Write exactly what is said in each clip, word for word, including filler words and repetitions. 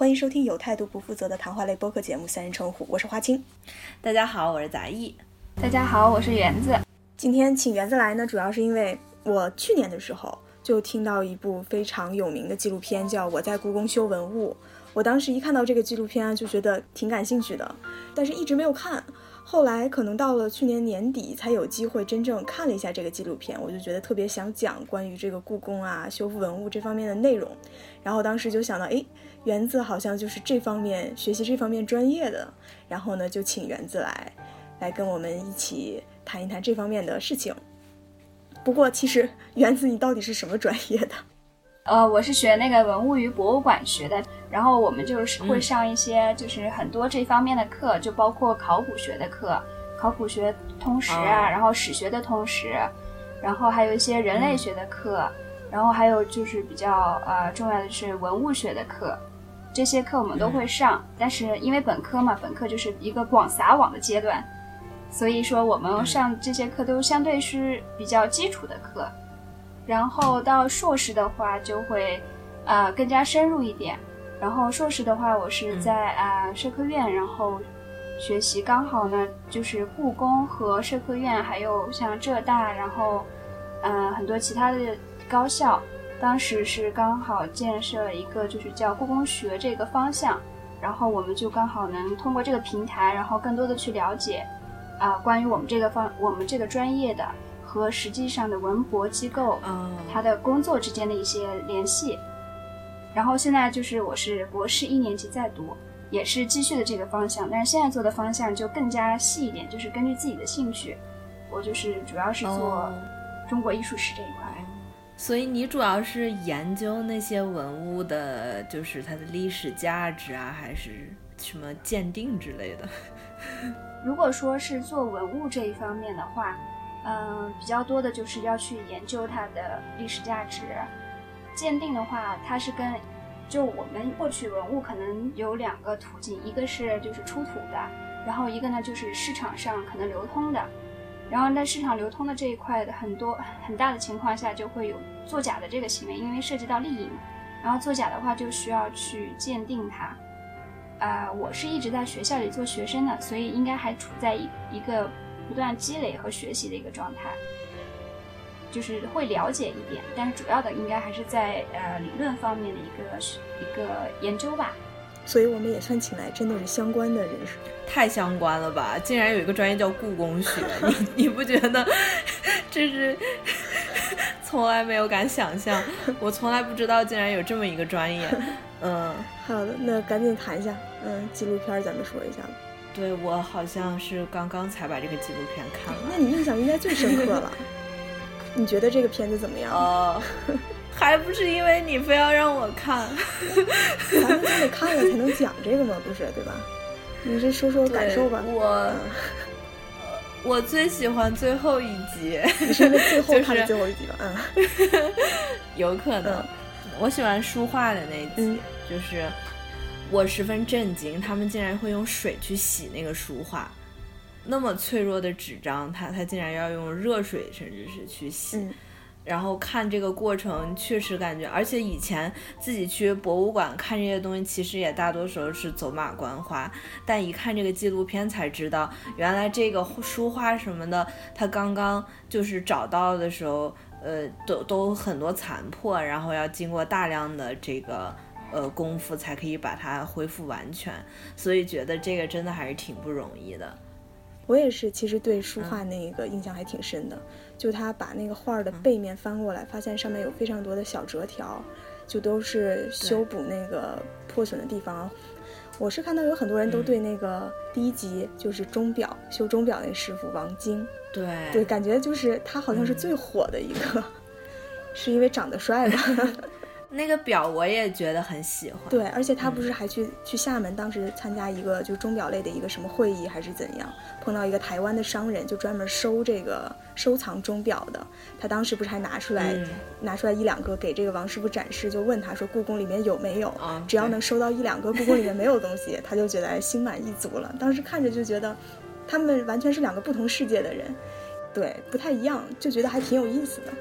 迎收听有态度不负责的谈话类播客节目《三人成虎》，我是花青。 大家好，我是杂艺。 大家好，我是园子。 今天请园子来呢，主要是因为我去年的时候就听到一部非常有名的纪录片，叫《我在故宫修文物》。我当时一看到这个纪录片啊，就觉得挺感兴趣的，但是一直没有看。后来可能到了去年年底才有机会真正看了一下这个纪录片，我就觉得特别想讲关于这个故宫啊修复文物这方面的内容。然后当时就想到，诶，园子好像就是这方面学习这方面专业的，然后呢就请园子来来跟我们一起谈一谈这方面的事情。不过其实园子你到底是什么专业的？ 呃，我是学那个文物与博物馆学的，然后我们就是会上一些就是很多这方面的课，嗯、就包括考古学的课、考古学通识啊，哦、然后史学的通识，然后还有一些人类学的课，嗯、然后还有就是比较呃重要的是文物学的课，这些课我们都会上。嗯、但是因为本科嘛，本科就是一个广撒网的阶段，所以说我们上这些课都相对是比较基础的课。然后到硕士的话就会呃更加深入一点，然后硕士的话我是在啊、呃、社科院，然后学习刚好呢就是故宫和社科院还有像浙大，然后呃很多其他的高校，当时是刚好建设了一个就是叫故宫学这个方向，然后我们就刚好能通过这个平台，然后更多的去了解啊、呃、关于我们这个方我们这个专业的和实际上的文博机构、oh. 它的工作之间的一些联系。然后现在就是我是博士一年级在读，也是继续的这个方向，但是现在做的方向就更加细一点，就是根据自己的兴趣，我就是主要是做中国艺术史这一块。 oh. 所以你主要是研究那些文物的就是它的历史价值啊，还是什么鉴定之类的？ 如果说是做文物这一方面的话，嗯，比较多的就是要去研究它的历史价值。鉴定的话，它是跟就我们获取文物可能有两个途径，一个是就是出土的，然后一个呢就是市场上可能流通的。然后在市场流通的这一块的很多很大的情况下就会有作假的这个行为，因为涉及到利益嘛。然后作假的话就需要去鉴定它。呃，我是一直在学校里做学生的，所以应该还处在一一个不断积累和学习的一个状态，就是会了解一点，但是主要的应该还是在呃理论方面的一个一个研究吧。 所以我们也算请来真的是相关的人士。 太相关了吧，竟然有一个专业叫故宫学你你不觉得这是从来没有敢想象，我从来不知道竟然有这么一个专业。嗯， 好的，那赶紧谈一下嗯纪录片咱们说一下吧。 对，我好像是刚刚才把这个纪录片看完。 那你印象应该最深刻了。你觉得这个片子怎么样？ 哦，还不是因为你非要让我看。 咱们就得看了才能讲这个嘛，不是对吧？你是说说感受吧。 我、嗯、我最喜欢最后一集。 你是因为最后看的最后一集吧？ 就是、嗯，有可能、嗯。我喜欢书画的那一集、嗯、就是我十分震惊，他们竟然会用水去洗那个书画，那么脆弱的纸张，他他竟然要用热水甚至是去洗、嗯、然后看这个过程确实感觉，而且以前自己去博物馆看这些东西其实也大多时候是走马观花，但一看这个纪录片才知道，原来这个书画什么的他刚刚就是找到的时候呃，都都很多残破，然后要经过大量的这个呃功夫才可以把它恢复完全，所以觉得这个真的还是挺不容易的。 我也是，其实对书画那个印象还挺深的、嗯、就他把那个画的背面翻过来、嗯、发现上面有非常多的小折条，就都是修补那个破损的地方。我是看到有很多人都对那个第一集、嗯、就是钟表修钟表那师傅王晶， 对对，感觉就是他好像是最火的一个、嗯、是因为长得帅吧。 那个表我也觉得很喜欢。 对，而且他不是还去、嗯、去厦门当时参加一个就钟表类的一个什么会议还是怎样，碰到一个台湾的商人就专门收这个收藏钟表的，他当时不是还拿出来、嗯、拿出来一两个给这个王师傅展示，就问他说故宫里面有没有、哦、只要能收到一两个故宫里面没有东西他就觉得心满意足了。当时看着就觉得他们完全是两个不同世界的人，对，不太一样，就觉得还挺有意思的。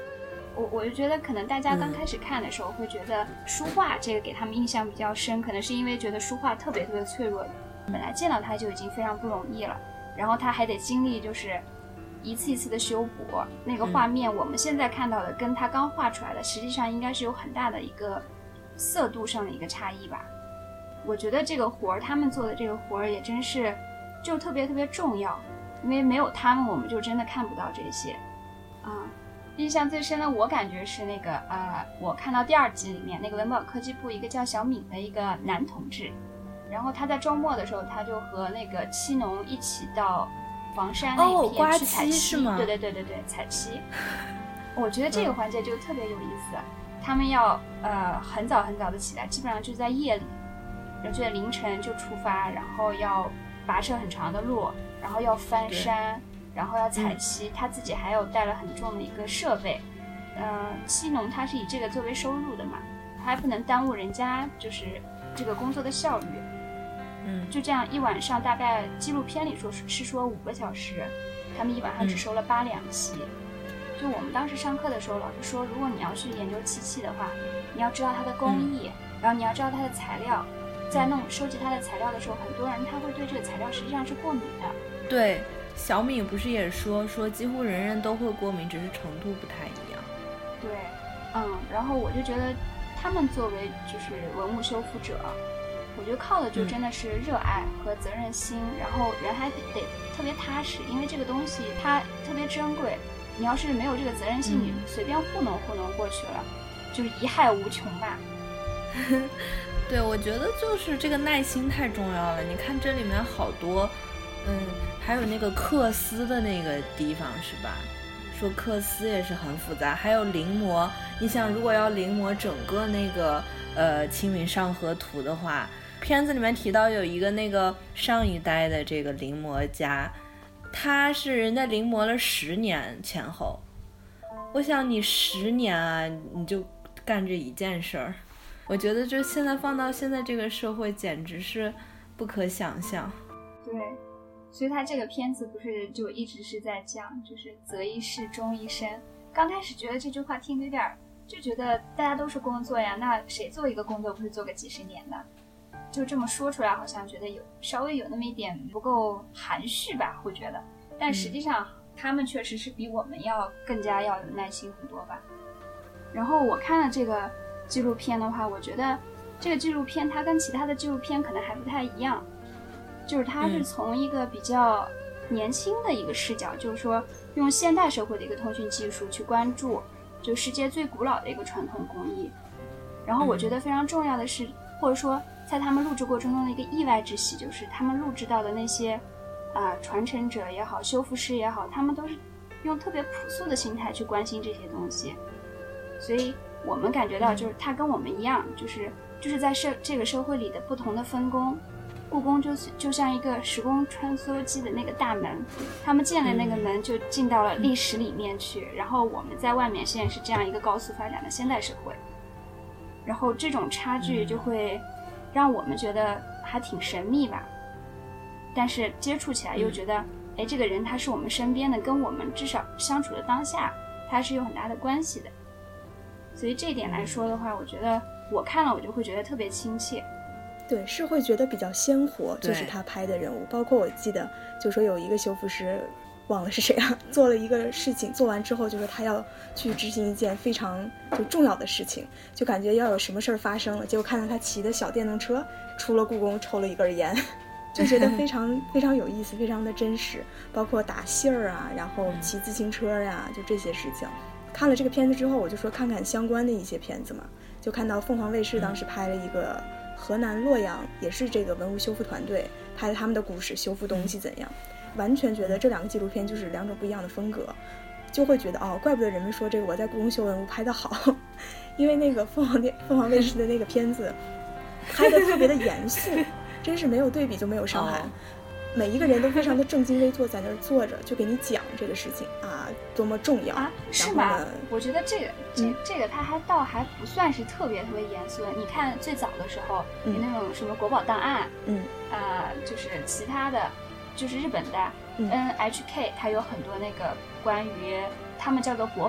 我我就觉得可能大家刚开始看的时候会觉得书画这个给他们印象比较深，可能是因为觉得书画特别特别脆弱，本来见到它就已经非常不容易了，然后它还得经历就是一次一次的修补，那个画面我们现在看到的跟它刚画出来的实际上应该是有很大的一个色度上的一个差异吧。我觉得这个活儿他们做的这个活儿也真是就特别特别重要，因为没有他们我们就真的看不到这些啊。印象最深的我感觉是那个呃，我看到第二集里面那个文保科技部一个叫小敏的一个男同志，然后他在周末的时候他就和那个七农一起到房山那一片去采漆， 是吗？ 对对对对对，采漆。我觉得这个环节就特别有意思，嗯、他们要呃很早很早的起来，基本上就在夜里，然后就在凌晨就出发，然后要跋涉很长的路，然后要翻山。然后要采漆、嗯、他自己还有带了很重的一个设备，呃，漆农他是以这个作为收入的嘛，他还不能耽误人家就是这个工作的效率， 嗯， 就这样一晚上大概纪录片里说是说五个小时，他们一晚上只收了八两漆、嗯、就我们当时上课的时候老师说，如果你要去研究漆器的话，你要知道它的工艺、嗯、然后你要知道它的材料，在弄收集它的材料的时候，很多人他会对这个材料实际上是过敏的。 对，小敏不是也说说几乎人人都会过敏，只是程度不太一样。 对，嗯，然后我就觉得他们作为就是文物修复者，我觉得靠的就真的是热爱和责任心、嗯、然后人还得特别踏实，因为这个东西它特别珍贵，你要是没有这个责任心、嗯、你随便糊弄糊弄过去了就是贻害无穷吧。 对，我觉得就是这个耐心太重要了，你看这里面好多嗯，还有那个缂丝的那个地方是吧，说缂丝也是很复杂，还有临摹，你想如果要临摹整个那个呃清明上河图的话，片子里面提到有一个那个上一代的这个临摹家，他是人家临摹了十年前后，我想你十年啊你就干这一件事儿，我觉得就现在放到现在这个社会简直是不可想象。 对，所以他这个片子不是就一直是在讲就是择一事终一身，刚开始觉得这句话听着有点就觉得大家都是工作呀，那谁做一个工作不是做个几十年的，就这么说出来好像觉得有稍微有那么一点不够含蓄吧，会觉得，但实际上、嗯、他们确实是比我们要更加要有耐心很多吧。然后我看了这个纪录片的话，我觉得这个纪录片它跟其他的纪录片可能还不太一样，就是它是从一个比较年轻的一个视角、嗯、就是说用现代社会的一个通讯技术去关注就世界最古老的一个传统工艺。然后我觉得非常重要的是、嗯、或者说在他们录制过程中的一个意外之喜，就是他们录制到的那些啊、呃、传承者也好，修复师也好，他们都是用特别朴素的心态去关心这些东西，所以我们感觉到就是他跟我们一样、嗯、就是就是在社这个社会里的不同的分工。故宫就就像一个时空穿梭机的那个大门，他们建了那个门就进到了历史里面去、嗯、然后我们在外面现在是这样一个高速发展的现代社会，然后这种差距就会让我们觉得还挺神秘吧，但是接触起来又觉得、嗯、哎，这个人他是我们身边的，跟我们至少相处的当下他是有很大的关系的，所以这一点来说的话，我觉得我看了我就会觉得特别亲切。 对，是会觉得比较鲜活，就是他拍的人物，包括我记得就说有一个修复师忘了是谁啊，做了一个事情，做完之后就说他要去执行一件非常就重要的事情，就感觉要有什么事儿发生了，结果看到他骑的小电动车出了故宫抽了一根烟，就觉得非常非常有意思，非常的真实，包括打信儿啊，然后骑自行车呀、啊，就这些事情。看了这个片子之后，我就说看看相关的一些片子嘛，就看到凤凰卫视当时拍了一个河南洛阳，也是这个文物修复团队拍了他们的故事，修复东西怎样，完全觉得这两个纪录片就是两种不一样的风格，就会觉得哦，怪不得人们说这个我在故宫修文物拍得好，因为那个凤凰电凤凰卫视的那个片子拍得特别的严肃，真是没有对比就没有伤害。每一个人都非常的正襟危坐在那儿坐着，就给你讲这个事情啊多么重要啊，是吗？我觉得这个这、嗯、这个它还倒还不算是特别特别严肃的。你看最早的时候、嗯、有那种什么国宝档案，嗯啊、呃，就是其他的，就是日本的 N H K，、嗯、它有很多那个关于他们叫做国宝，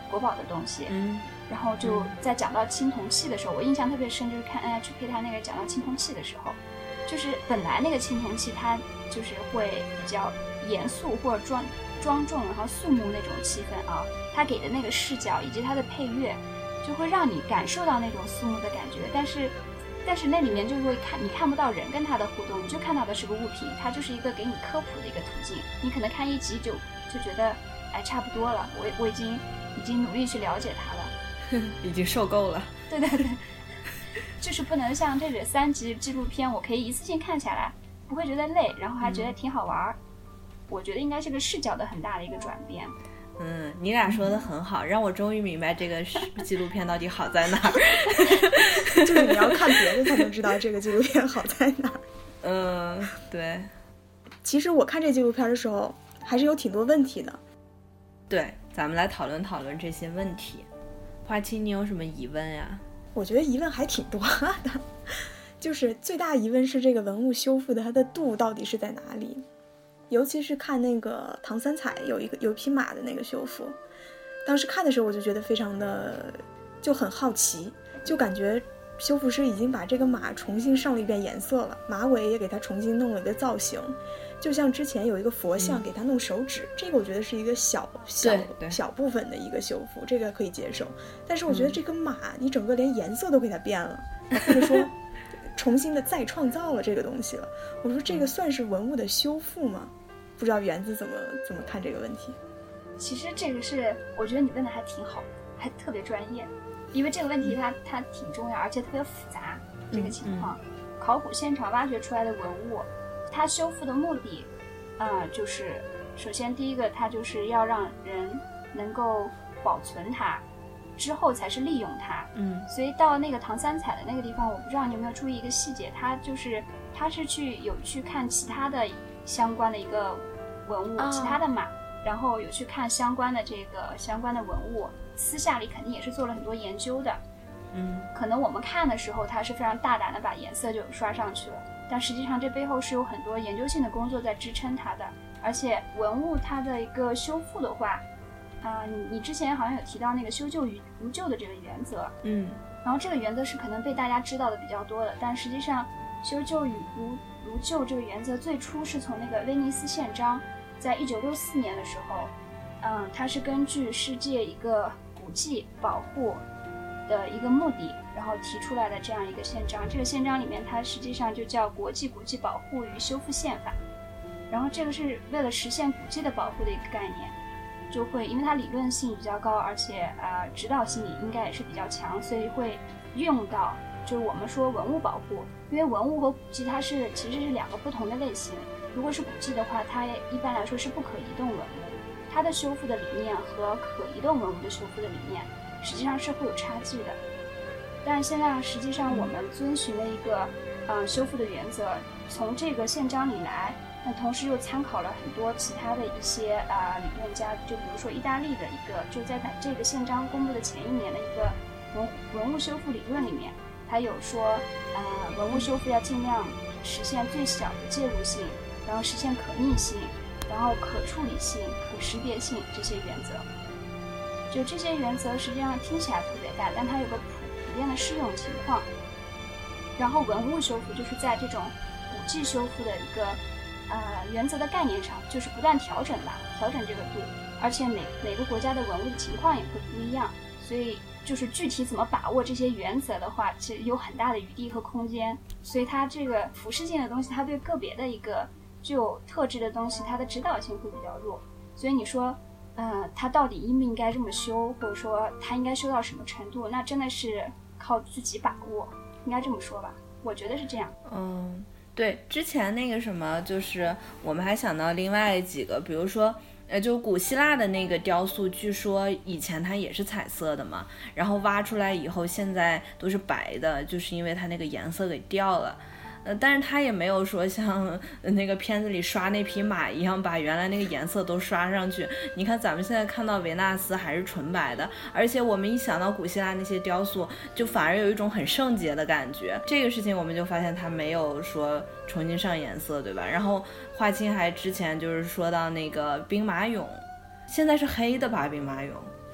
国宝的东西。 嗯， 然后就在讲到青铜器的时候，我印象特别深，就是看 N H K 它那个讲到青铜器的时候，就是本来那个青铜器它就是会比较严肃或者庄庄重，然后肃穆那种气氛啊，它给的那个视角以及它的配乐，就会让你感受到那种肃穆的感觉。但是，但是那里面就会看你看不到人跟它的互动，你就看到的是个物品，它就是一个给你科普的一个途径。你可能看一集就就觉得，哎，差不多了，我我已经已经努力去了解它了， 已经受够了。 对对对，就是不能像这个三集纪录片，我可以一次性看下来，不会觉得累，然后还觉得挺好玩。嗯，我觉得应该是个视角的很大的一个转变。 嗯，你俩说的很好，让我终于明白这个纪录片到底好在哪儿。 就是你要看别的才能知道这个纪录片好在哪儿。 嗯，对。 其实我看这纪录片的时候还是有挺多问题的。 对，咱们来讨论讨论这些问题。花青，你有什么疑问呀？ 我觉得疑问还挺多的，就是最大疑问是这个文物修复的它的度到底是在哪里。尤其是看那个唐三彩有一个有一匹马的那个修复，当时看的时候我就觉得非常的就很好奇，就感觉修复师已经把这个马重新上了一遍颜色了，马尾也给它重新弄了一个造型，就像之前有一个佛像给它弄手指，嗯，这个我觉得是一个小小小部分的一个修复，这个可以接受。但是我觉得这个马，嗯，你整个连颜色都给它变了，或者说重新的再创造了这个东西了，我说这个算是文物的修复吗？不知道园子怎么怎么看这个问题。 其实这个是我觉得你问的还挺好，还特别专业，因为这个问题它它挺重要，而且特别复杂。这个情况，嗯嗯，考古现场挖掘出来的文物，它修复的目的，呃，就是首先第一个，它就是要让人能够保存它，之后才是利用它。 嗯， 所以到那个唐三彩的那个地方，我不知道你有没有注意一个细节，它就是它是去有去看其他的相关的一个文物，哦，其他的马，然后有去看相关的这个相关的文物，私下里肯定也是做了很多研究的。 嗯， 可能我们看的时候，它是非常大胆的把颜色就刷上去了，但实际上这背后是有很多研究性的工作在支撑它的。而且文物它的一个修复的话，啊、呃，你你之前好像有提到那个修旧如旧的这个原则， 嗯， 然后这个原则是可能被大家知道的比较多的，但实际上修旧与如如旧这个原则最初是从那个威尼斯宪章，在一九六四年的时候，嗯，它是根据世界一个古迹保护的一个目的，然后提出来的这样一个宪章。这个宪章里面它实际上就叫国际古迹保护与修复宪法，然后这个是为了实现古迹的保护的一个概念，就会因为它理论性比较高，而且呃指导性应该也是比较强，所以会用到就是我们说文物保护。因为文物和古迹它是其实是两个不同的类型，如果是古迹的话，它一般来说是不可移动文物，它的修复的理念和可移动文物的修复的理念实际上是会有差距的。但现在实际上我们遵循了一个呃修复的原则，从这个宪章里来，那同时又参考了很多其他的一些啊、呃、理论家，就比如说意大利的一个，就在这个宪章公布的前一年的一个文文物修复理论里面，它有说呃文物修复要尽量实现最小的介入性，然后实现可逆性，然后可处理性、可识别性这些原则。就这些原则实际上听起来特别大，但它有个普普遍的适用情况。然后文物修复就是在这种古迹修复的一个呃原则的概念上，就是不断调整吧，调整这个度，而且每每个国家的文物的情况也会不一样，所以就是具体怎么把握这些原则的话，其实有很大的余地和空间。所以它这个普适性的东西，它对个别的一个具有特质的东西，它的指导性会比较弱。所以你说呃，它到底应不应该这么修，或者说它应该修到什么程度，那真的是靠自己把握，应该这么说吧，我觉得是这样。 嗯，对，之前那个什么，就是我们还想到另外几个，比如说呃，就古希腊的那个雕塑，据说以前它也是彩色的嘛，然后挖出来以后现在都是白的，就是因为它那个颜色给掉了。呃，但是它也没有说像那个片子里刷那匹马一样把原来那个颜色都刷上去。你看咱们现在看到维纳斯还是纯白的，而且我们一想到古希腊那些雕塑，就反而有一种很圣洁的感觉。这个事情我们就发现它没有说重新上颜色，对吧？然后华清还之前就是说到那个兵马俑，现在是黑的吧？兵马俑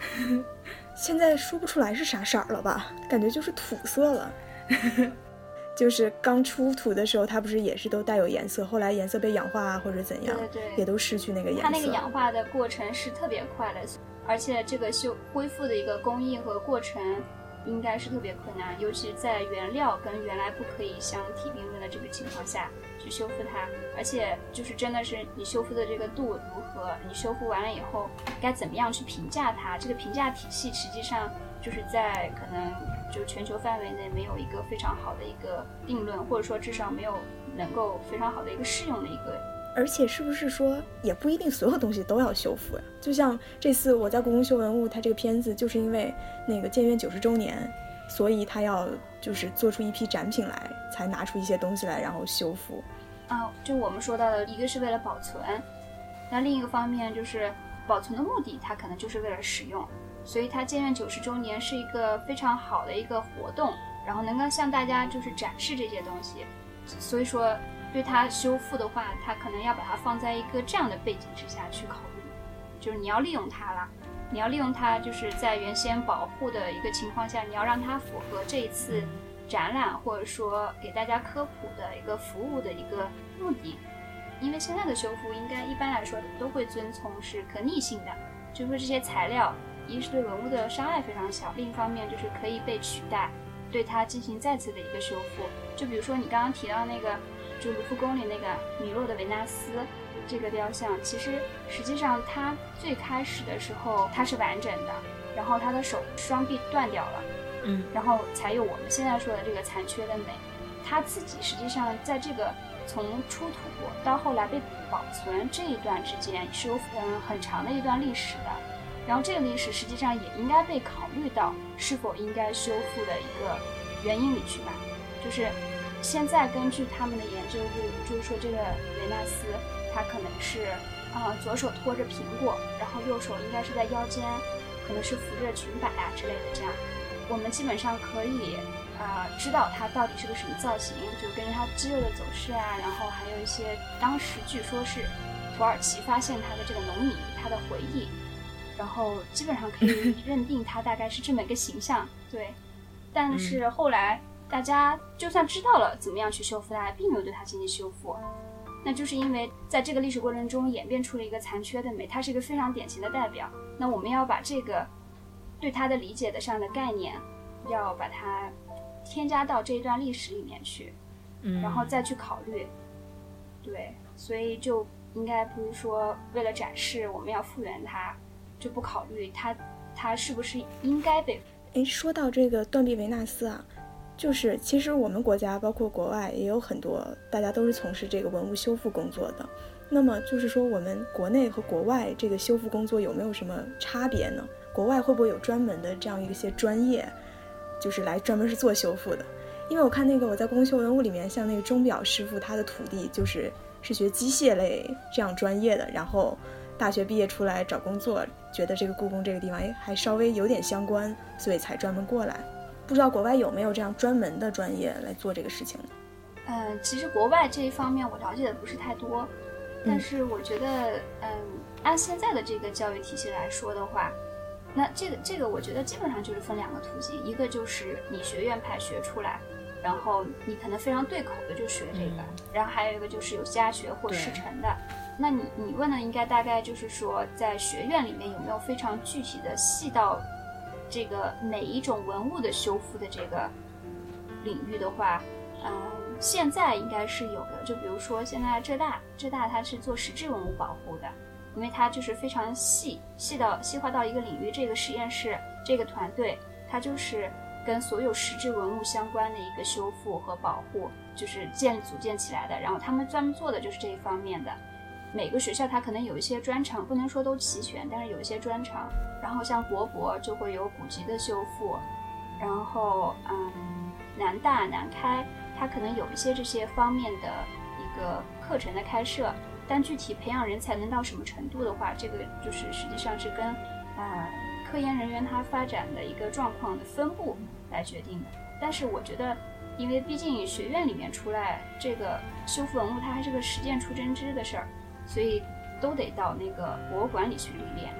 现在说不出来是啥色儿了吧，感觉就是土色了。就是刚出土的时候它不是也是都带有颜色，后来颜色被氧化啊或者怎样， 对对对， 也都失去那个颜色。 它那个氧化的过程是特别快的，而且这个修恢复的一个工艺和过程应该是特别困难，尤其在原料跟原来不可以相提并论的这个情况下去修复它，而且就是真的是你修复的这个度如何，你修复完了以后该怎么样去评价它，这个评价体系实际上就是在可能就全球范围内没有一个非常好的一个定论，或者说至少没有能够非常好的一个适用的一个。 而且是不是说也不一定所有东西都要修复呀？就像这次我在故宫修文物，它这个片子就是因为那个建院九十周年，所以它要就是做出一批展品来，才拿出一些东西来然后修复。 啊，就我们说到的一个是为了保存，那另一个方面就是保存的目的它可能就是为了使用，所以它建院九十周年是一个非常好的一个活动，然后能够向大家就是展示这些东西，所以说对它修复的话，它可能要把它放在一个这样的背景之下去考虑，就是你要利用它了，你要利用它就是在原先保护的一个情况下，你要让它符合这一次展览或者说给大家科普的一个服务的一个目的。因为现在的修复应该一般来说都会遵从是可逆性的，就是说这些材料一是对文物的伤害非常小，另一方面就是可以被取代，对它进行再次的一个修复。就比如说你刚刚提到那个就卢浮宫里那个米洛的维纳斯这个雕像，其实实际上它最开始的时候它是完整的，然后它的手双臂断掉了， 嗯， 然后才有我们现在说的这个残缺的美。它自己实际上在这个从出土到后来被保存这一段之间是有嗯很长的一段历史的，然后这个历史实际上也应该被考虑到是否应该修复的一个原因里去吧。就是现在根据他们的研究，就就是说这个维纳斯他可能是啊、呃、左手托着苹果，然后右手应该是在腰间，可能是扶着裙摆啊之类的，这样我们基本上可以呃知道它到底是个什么造型，就根据它肌肉的走势啊，然后还有一些当时据说是土耳其发现它的这个农民他的回忆，然后基本上可以认定它大概是这么一个形象。对，但是后来大家就算知道了怎么样去修复它，并没有对它进行修复，那就是因为在这个历史过程中演变出了一个残缺的美，它是一个非常典型的代表。那我们要把这个对它的理解的上的概念要把它添加到这一段历史里面去， 嗯， 然后再去考虑。对，所以就应该不是说为了展示我们要复原它，就不考虑它它是不是应该被。 诶，说到这个断臂维纳斯啊，就是其实我们国家包括国外也有很多大家都是从事这个文物修复工作的，那么就是说我们国内和国外这个修复工作有没有什么差别呢？国外会不会有专门的这样一些专业就是来专门是做修复的？因为我看那个我在故宫修文物里面，像那个钟表师傅他的徒弟就是是学机械类这样专业的，然后大学毕业出来找工作，觉得这个故宫这个地方还稍微有点相关，所以才专门过来。不知道国外有没有这样专门的专业来做这个事情呢？ 嗯，其实国外这一方面我了解的不是太多，但是我觉得嗯，按现在的这个教育体系来说的话，那这个这个我觉得基本上就是分两个途径，一个就是你学院派学出来，然后你可能非常对口的就学这个、嗯、然后还有一个就是有家学或师承的。那你你问的应该大概就是说在学院里面有没有非常具体的细到这个哪一种文物的修复的这个领域的话，嗯，现在应该是有的。就比如说现在浙大浙大它是做实质文物保护的，因为它就是非常细细到细化到一个领域，这个实验室这个团队它就是跟所有实质文物相关的一个修复和保护就是建组建起来的，然后他们专门做的就是这一方面的。每个学校它可能有一些专长，不能说都齐全，但是有一些专长。然后像国博就会有古籍的修复，然后嗯，南大南开它可能有一些这些方面的一个课程的开设，但具体培养人才能到什么程度的话，这个就是实际上是跟呃科研人员他发展的一个状况的分布来决定的。但是我觉得因为毕竟学院里面出来这个修复文物它还是个实践出真知的事儿，所以都得到那个博物馆里去历练。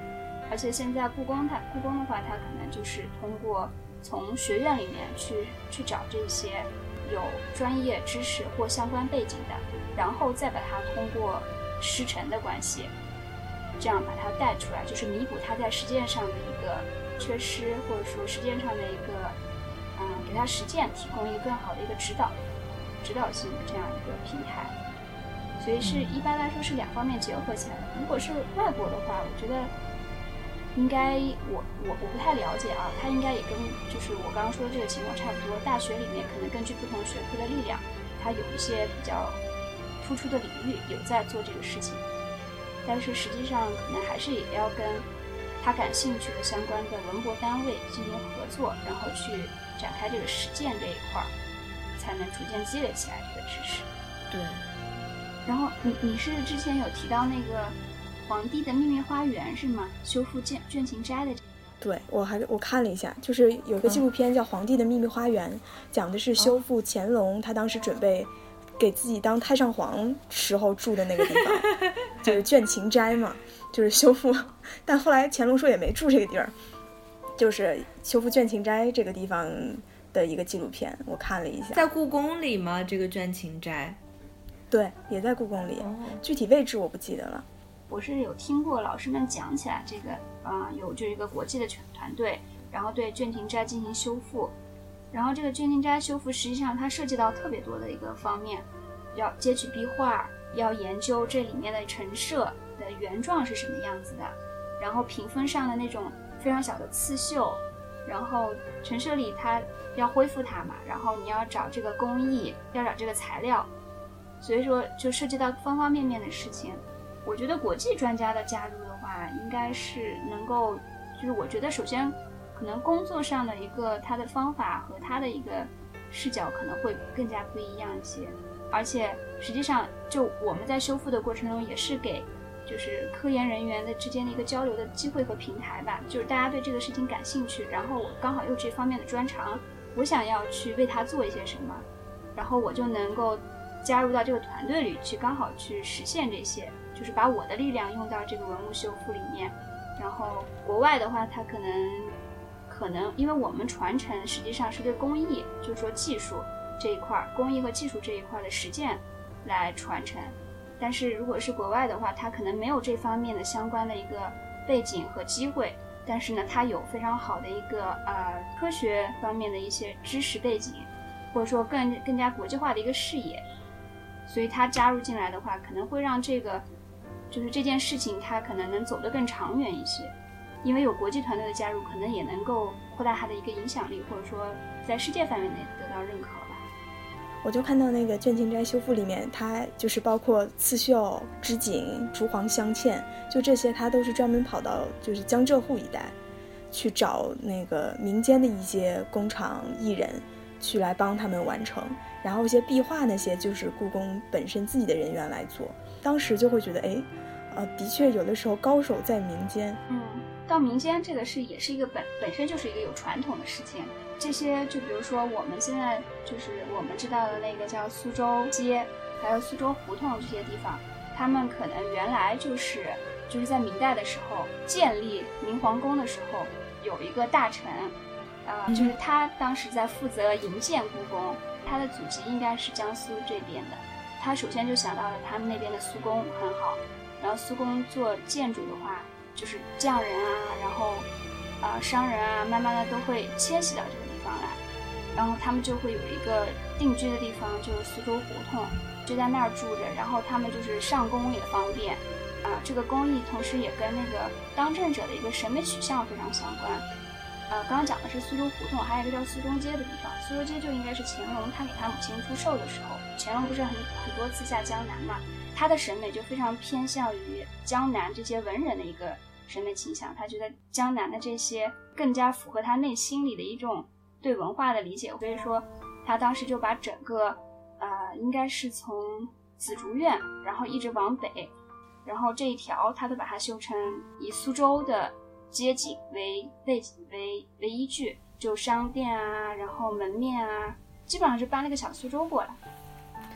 而且现在故宫它故宫的话，它可能就是通过从学院里面去去找这些有专业知识或相关背景的，然后再把它通过师承的关系，这样把它带出来，就是弥补它在实践上的一个缺失，或者说实践上的一个，嗯，给它实践提供一个更好的一个指导、指导性的这样一个平台。所以是一般来说是两方面结合起来的。如果是外国的话，我觉得应该我我我不太了解啊，它应该也跟就是我刚刚说的这个情况差不多。大学里面可能根据不同学科的力量，它有一些比较突出的领域有在做这个事情，但是实际上可能还是也要跟他感兴趣的相关的文博单位进行合作，然后去展开这个实践这一块，才能逐渐积累起来这个知识。 对。 然后你你是之前有提到那个皇帝的秘密花园是吗？修复卷卷琴斋的这个。 对，我还我看了一下，就是有个纪录片叫《皇帝的秘密花园》，讲的是修复乾隆他当时准备给自己当太上皇时候住的那个地方，就是卷琴斋嘛，就是修复。但后来乾隆说也没住这个地儿，就是修复卷琴斋这个地方的一个纪录片，我看了一下。 在故宫里吗？这个卷琴斋？ 对，也在故宫里，哦、具体位置我不记得了。 我是有听过老师们讲起来这个，啊、呃，有就一个国际的团队，然后对卷琴斋进行修复。然后这个卷琴斋修复实际上它涉及到特别多的一个方面，要截取壁画，要研究这里面的陈设的原状是什么样子的，然后屏风上的那种非常小的刺绣，然后陈设里它要恢复它嘛，然后你要找这个工艺，要找这个材料，所以说就涉及到方方面面的事情。我觉得国际专家的加入的话，应该是能够，就是我觉得首先可能工作上的一个他的方法和他的一个视角可能会更加不一样一些，而且实际上就我们在修复的过程中也是给就是科研人员的之间的一个交流的机会和平台吧，就是大家对这个事情感兴趣，然后我刚好有这方面的专长，我想要去为他做一些什么，然后我就能够加入到这个团队里去，刚好去实现这些，就是把我的力量用到这个文物修复里面。然后国外的话，它可能可能因为我们传承实际上是对工艺，就是说技术这一块，工艺和技术这一块的实践来传承，但是如果是国外的话，它可能没有这方面的相关的一个背景和机会，但是呢它有非常好的一个呃科学方面的一些知识背景，或者说更更加国际化的一个视野，所以它加入进来的话，可能会让这个就是这件事情它可能能走得更长远一些，因为有国际团队的加入，可能也能够扩大它的一个影响力，或者说在世界范围内得到认可吧。 我就看到那个卷琴斋修复里面，它就是包括刺绣、织锦、竹黄镶嵌，就这些它都是专门跑到就是江浙沪一带去找那个民间的一些工厂艺人去来帮他们完成，然后一些壁画那些就是故宫本身自己的人员来做。当时就会觉得哎，呃，的确有的时候高手在民间。 嗯，到民间这个是也是一个本本身就是一个有传统的事情。这些就比如说我们现在就是我们知道的那个叫苏州街，还有苏州胡同这些地方，他们可能原来就是就是在明代的时候建立明皇宫的时候有一个大臣，呃， 嗯、 就是他当时在负责营建故宫，他的祖籍应该是江苏这边的。他首先就想到了他们那边的苏宫很好，然后苏宫做建筑的话，就是匠人啊，然后啊、呃、商人啊，慢慢的都会迁徙到这个地方来，然后他们就会有一个定居的地方，就是苏州胡同，就在那儿住着，然后他们就是上工也方便，啊、呃，这个工艺同时也跟那个当政者的一个审美取向非常相关。呃，刚刚讲的是苏州胡同，还有一个叫苏州街的地方。苏州街就应该是乾隆他给他母亲祝寿的时候，乾隆不是很很多次下江南嘛，他的审美就非常偏向于江南这些文人的一个审美倾向，他觉得江南的这些更加符合他内心里的一种对文化的理解，所以说他当时就把整个呃应该是从紫竹院，然后一直往北，然后这一条他都把它修成以苏州的街景为背景为为依据，就商店啊，然后门面啊，基本上就搬了个小苏州过来。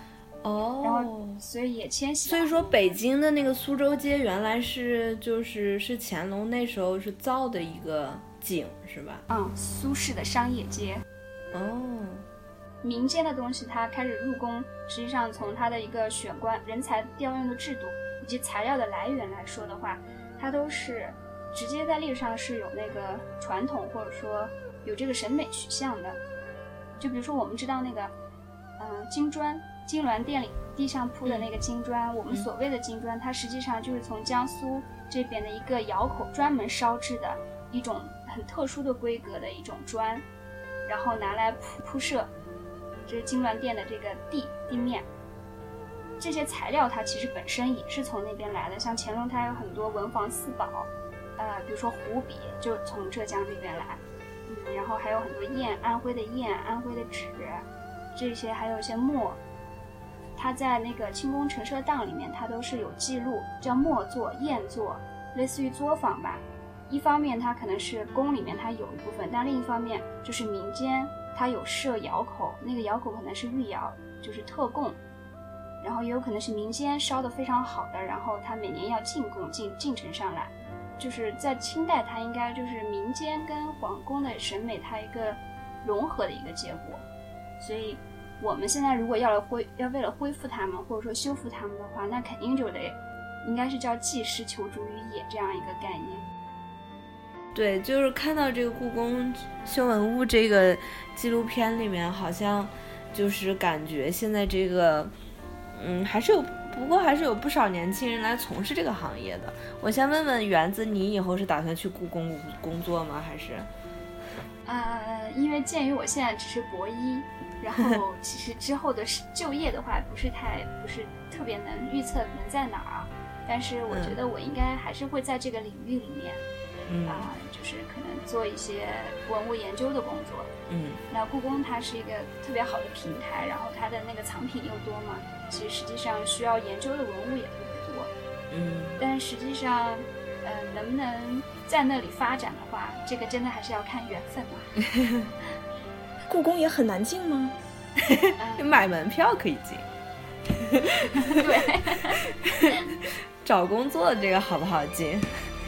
哦， 然后所以也迁徙。 所以说北京的那个苏州街原来是就是是乾隆那时候是造的一个景是吧？ 嗯，苏式的商业街。 哦， 民间的东西它开始入宫，实际上从它的一个选官人才调用的制度以及材料的来源来说的话，它都是直接在历史上是有那个传统或者说有这个审美取向的。就比如说我们知道那个嗯、呃、金砖金銮殿里地上铺的那个金砖、嗯、我们所谓的金砖它实际上就是从江苏这边的一个窑口专门烧制的一种很特殊的规格的一种砖，然后拿来铺铺设这金銮殿的这个地地面。这些材料它其实本身也是从那边来的，像乾隆它有很多文房四宝，呃，比如说湖笔就从浙江这边来，嗯，然后还有很多砚，安徽的砚、安徽的纸，这些还有一些墨，它在那个清宫陈设档里面它都是有记录，叫墨作、砚作，类似于作坊吧。一方面它可能是宫里面它有一部分，但另一方面就是民间它有设窑口，那个窑口可能是御窑，就是特供，然后也有可能是民间烧得非常好的，然后它每年要进贡进进呈上来。就是在清代它应该就是民间跟皇宫的审美它一个融合的一个结果。所以我们现在如果要来恢要为了恢复它们或者说修复它们的话，那肯定就得应该是叫济师求诸于野这样一个概念。 对，就是看到这个故宫修文物这个纪录片里面，好像就是感觉现在这个嗯还是有不过还是有不少年轻人来从事这个行业的。我先问问园子，你以后是打算去故宫工作吗？还是呃因为鉴于我现在只是博一，然后其实之后的就业的话不是太不是特别能预测能在哪儿啊，但是我觉得我应该还是会在这个领域里面嗯啊、呃，就是可能做一些文物研究的工作。 嗯， 那故宫它是一个特别好的平台，然后它的那个藏品又多嘛，其实实际上需要研究的文物也特别多。 嗯， 但实际上，呃，能不能在那里发展的话，这个真的还是要看缘分嘛。 故宫也很难进吗？ 嗯、买门票可以进。 对。 找工作这个好不好进？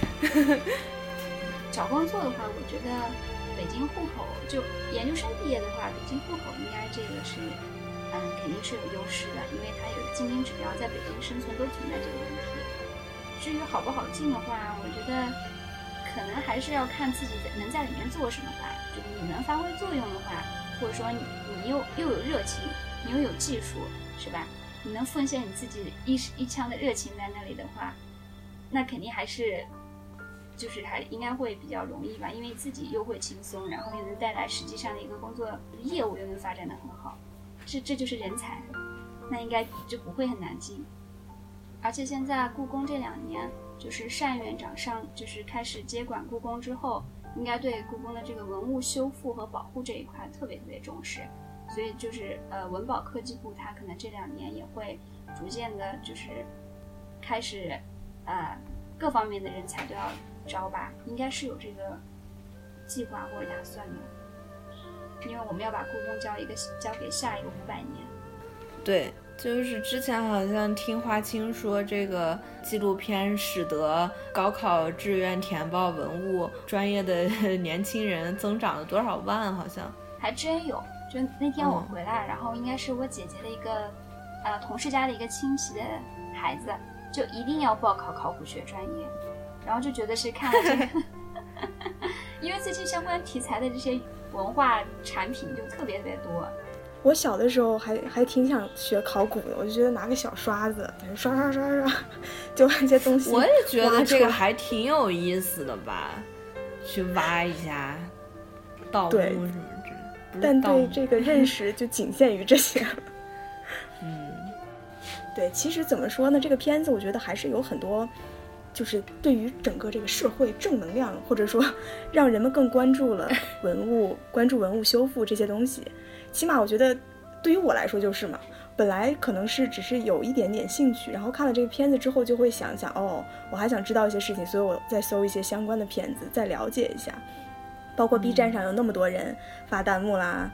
找工作的话，我觉得北京户口就研究生毕业的话，北京户口应该这个是，嗯，肯定是有优势的，因为它有经营指标，在北京生存都存在这个问题。至于好不好进的话，我觉得可能还是要看自己能在里面做什么吧。就是你能发挥作用的话，或者说你你又又有热情，你又有技术，是吧？你能奉献你自己一一腔的热情在那里的话，那肯定还是。就是还应该会比较容易吧，因为自己又会轻松，然后又能带来实际上的一个工作业务又能发展得很好，这这就是人才，那应该就不会很难进。而且现在故宫这两年，就是单院长上就是开始接管故宫之后，应该对故宫的这个文物修复和保护这一块特别特别重视，所以就是呃文保科技部它可能这两年也会逐渐的就是开始呃各方面的人才都要招吧，应该是有这个计划或者打算的，因为我们要把故宫交一个交给下一个五百年。 对，就是之前好像听华清说，这个纪录片使得高考志愿填报文物专业的年轻人增长了多少万，好像还真有。就那天我回来、嗯、然后应该是我姐姐的一个呃同事家的一个亲戚的孩子，就一定要报考考古学专业，然后就觉得是看了这个因为最近相关题材的这些文化产品就特别特别多。 我小的时候还还挺想学考古的，我就觉得拿个小刷子刷刷刷刷就把这些东西， 我也觉得这个还挺有意思的吧，去挖一下盗墓什么之类的， 但对这个认识就仅限于这些了嗯， 对，其实怎么说呢，这个片子我觉得还是有很多就是对于整个这个社会正能量，或者说让人们更关注了文物关注文物修复这些东西，起码我觉得对于我来说就是嘛，本来可能是只是有一点点兴趣，然后看了这个片子之后就会想想，哦，我还想知道一些事情，所以我再搜一些相关的片子再了解一下，包括 B 站上有那么多人发弹幕啦，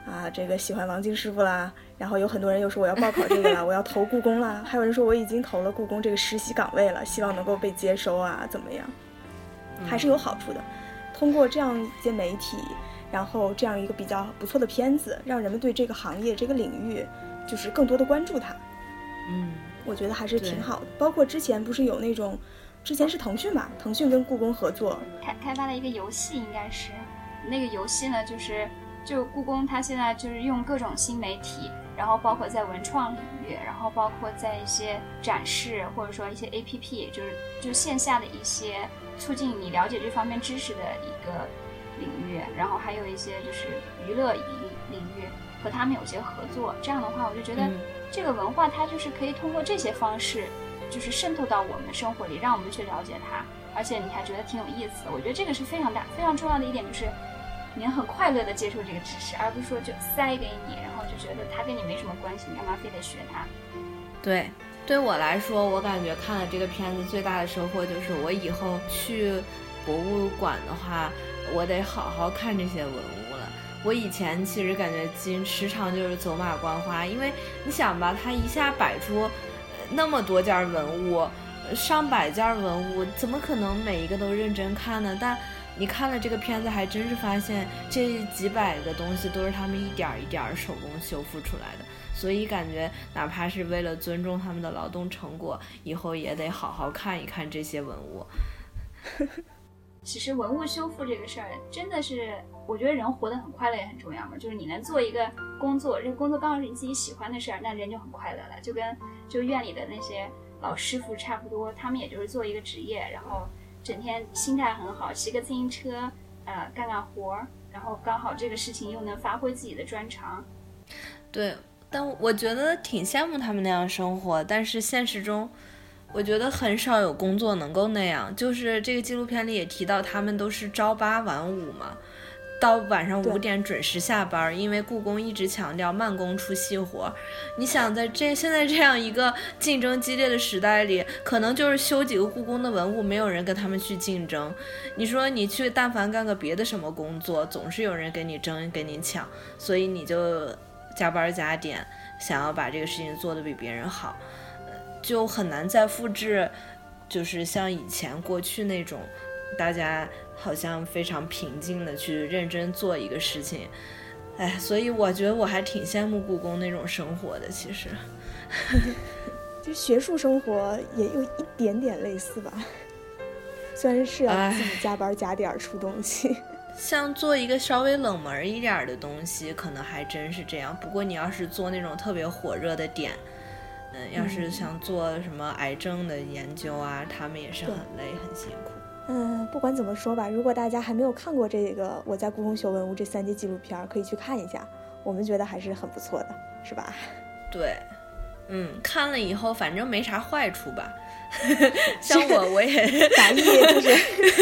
啊，这个喜欢王晶师傅啦，然后有很多人又说我要报考这个啦，我要投故宫啦，还有人说我已经投了故宫这个实习岗位了，希望能够被接收啊，怎么样？还是有好处的。通过这样一些媒体，然后这样一个比较不错的片子，让人们对这个行业这个领域就是更多的关注它。 嗯， 我觉得还是挺好的。包括之前不是有那种，之前是腾讯吧，腾讯跟故宫合作开开发了一个游戏，应该是那个游戏呢，就是就故宫它现在就是用各种新媒体，然后包括在文创领域，然后包括在一些展示或者说一些 A P P， 就是就是线下的一些促进你了解这方面知识的一个领域，然后还有一些就是娱乐领领域和他们有些合作。这样的话，我就觉得这个文化它就是可以通过这些方式，就是渗透到我们的生活里，让我们去了解它，而且你还觉得挺有意思的。我觉得这个是非常大非常重要的一点，就是你很快乐的接受这个知识，而不是说就塞给你，然后就觉得它跟你没什么关系，你干嘛非得学它。 对，对我来说，我感觉看了这个片子最大的收获就是我以后去博物馆的话，我得好好看这些文物了。我以前其实感觉经时常就是走马观花，因为你想吧，它一下摆出那么多件文物，上百件文物，怎么可能每一个都认真看呢？但你看了这个片子，还真是发现这几百个东西都是他们一点一点手工修复出来的，所以感觉哪怕是为了尊重他们的劳动成果，以后也得好好看一看这些文物。 其实文物修复这个事儿真的是，我觉得人活得很快乐也很重要嘛，就是你能做一个工作，这个工作刚好是你自己喜欢的事儿，那人就很快乐了，就跟就院里的那些老师傅差不多，他们也就是做一个职业，然后整天心态很好，骑个自行车呃，干干活，然后刚好这个事情又能发挥自己的专长。 对，但我觉得挺羡慕他们那样生活，但是现实中我觉得很少有工作能够那样。就是这个纪录片里也提到，他们都是朝八晚五嘛，到晚上五点准时下班，因为故宫一直强调慢工出细活。你想在这现在这样一个竞争激烈的时代里，可能就是修几个故宫的文物，没有人跟他们去竞争。你说你去但凡干个别的什么工作，总是有人跟你争跟你抢，所以你就加班加点，想要把这个事情做得比别人好，就很难再复制就是像以前过去那种大家好像非常平静的去认真做一个事情。哎，所以我觉得我还挺羡慕故宫那种生活的。其实就学术生活也有一点点类似吧，虽然是要自己加班加点出东西， 像做一个稍微冷门一点的东西可能还真是这样。不过你要是做那种特别火热的点，嗯，要是想做什么癌症的研究啊，他们也是很累很辛苦。 嗯，不管怎么说吧，如果大家还没有看过这个我在故宫修文物这三集纪录片，可以去看一下，我们觉得还是很不错的，是吧？ 对，嗯，看了以后反正没啥坏处吧。像我我也反义就是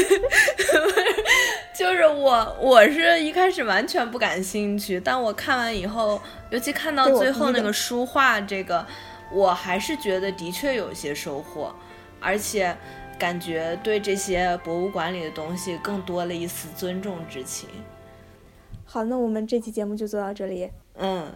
就是我我是一开始完全不感兴趣，但我看完以后，尤其看到最后那个书画这个，我还是觉得的确有些收获，而且感觉对这些博物馆里的东西更多了一丝尊重之情。 好，那我们这期节目就做到这里。 嗯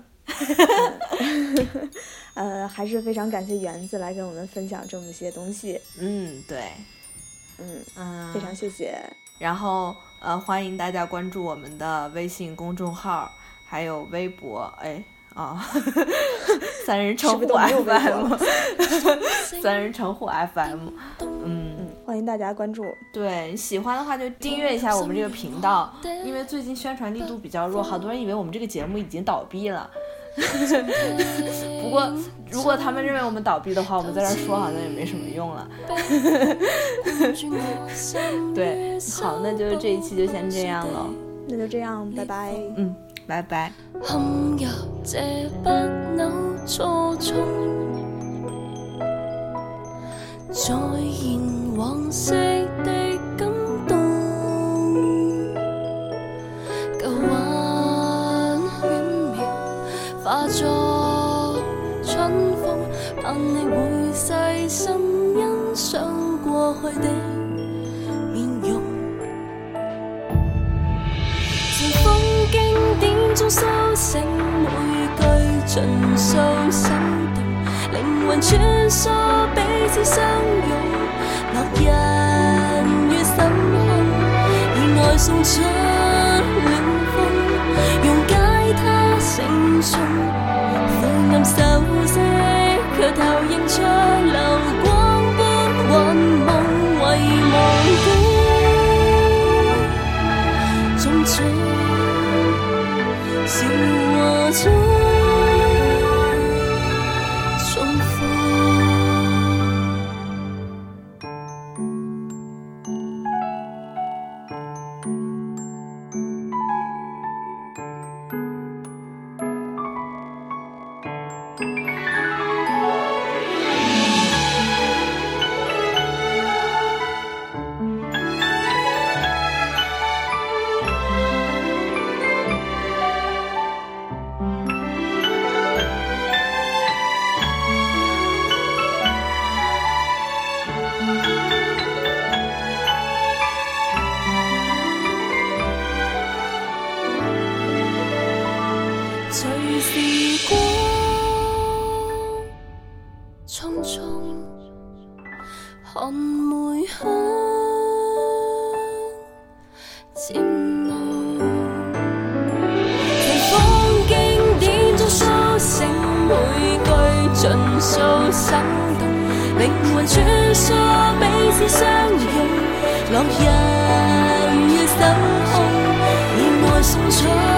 呃，还是非常感谢园子来跟我们分享这么些东西。 嗯，对， 嗯嗯， 非常谢谢。然后呃，欢迎大家关注我们的微信公众号，还有微博。哎啊，三人成虎 F M， 三人成虎 F M。嗯， 欢迎大家关注。对， 喜欢的话就订阅一下我们这个频道，因为最近宣传力度比较弱，好多人以为我们这个节目已经倒闭了。不过如果他们认为我们倒闭的话，我们在这说好像也没什么用了。对，好，那就这一期就先这样了。 那就这样，拜拜。 嗯，拜拜。 陷入這不朽初衷，再現往昔的感動，舊幻遠描化作春風，盼你會細心欣賞過去的面容，塵封經典中甦醒數心動，靈魂穿梭彼此相擁，落日月深空，以愛送出暖風，溶解它成蟲，灰暗手色卻投映出流光般幻夢，遺忘的種種笑話中重逢。隨時光匆匆，寒梅香漸濃，情況經典中甦醒，每句盡數生動，靈魂穿梭彼此相擁，落日月深空，以愛送出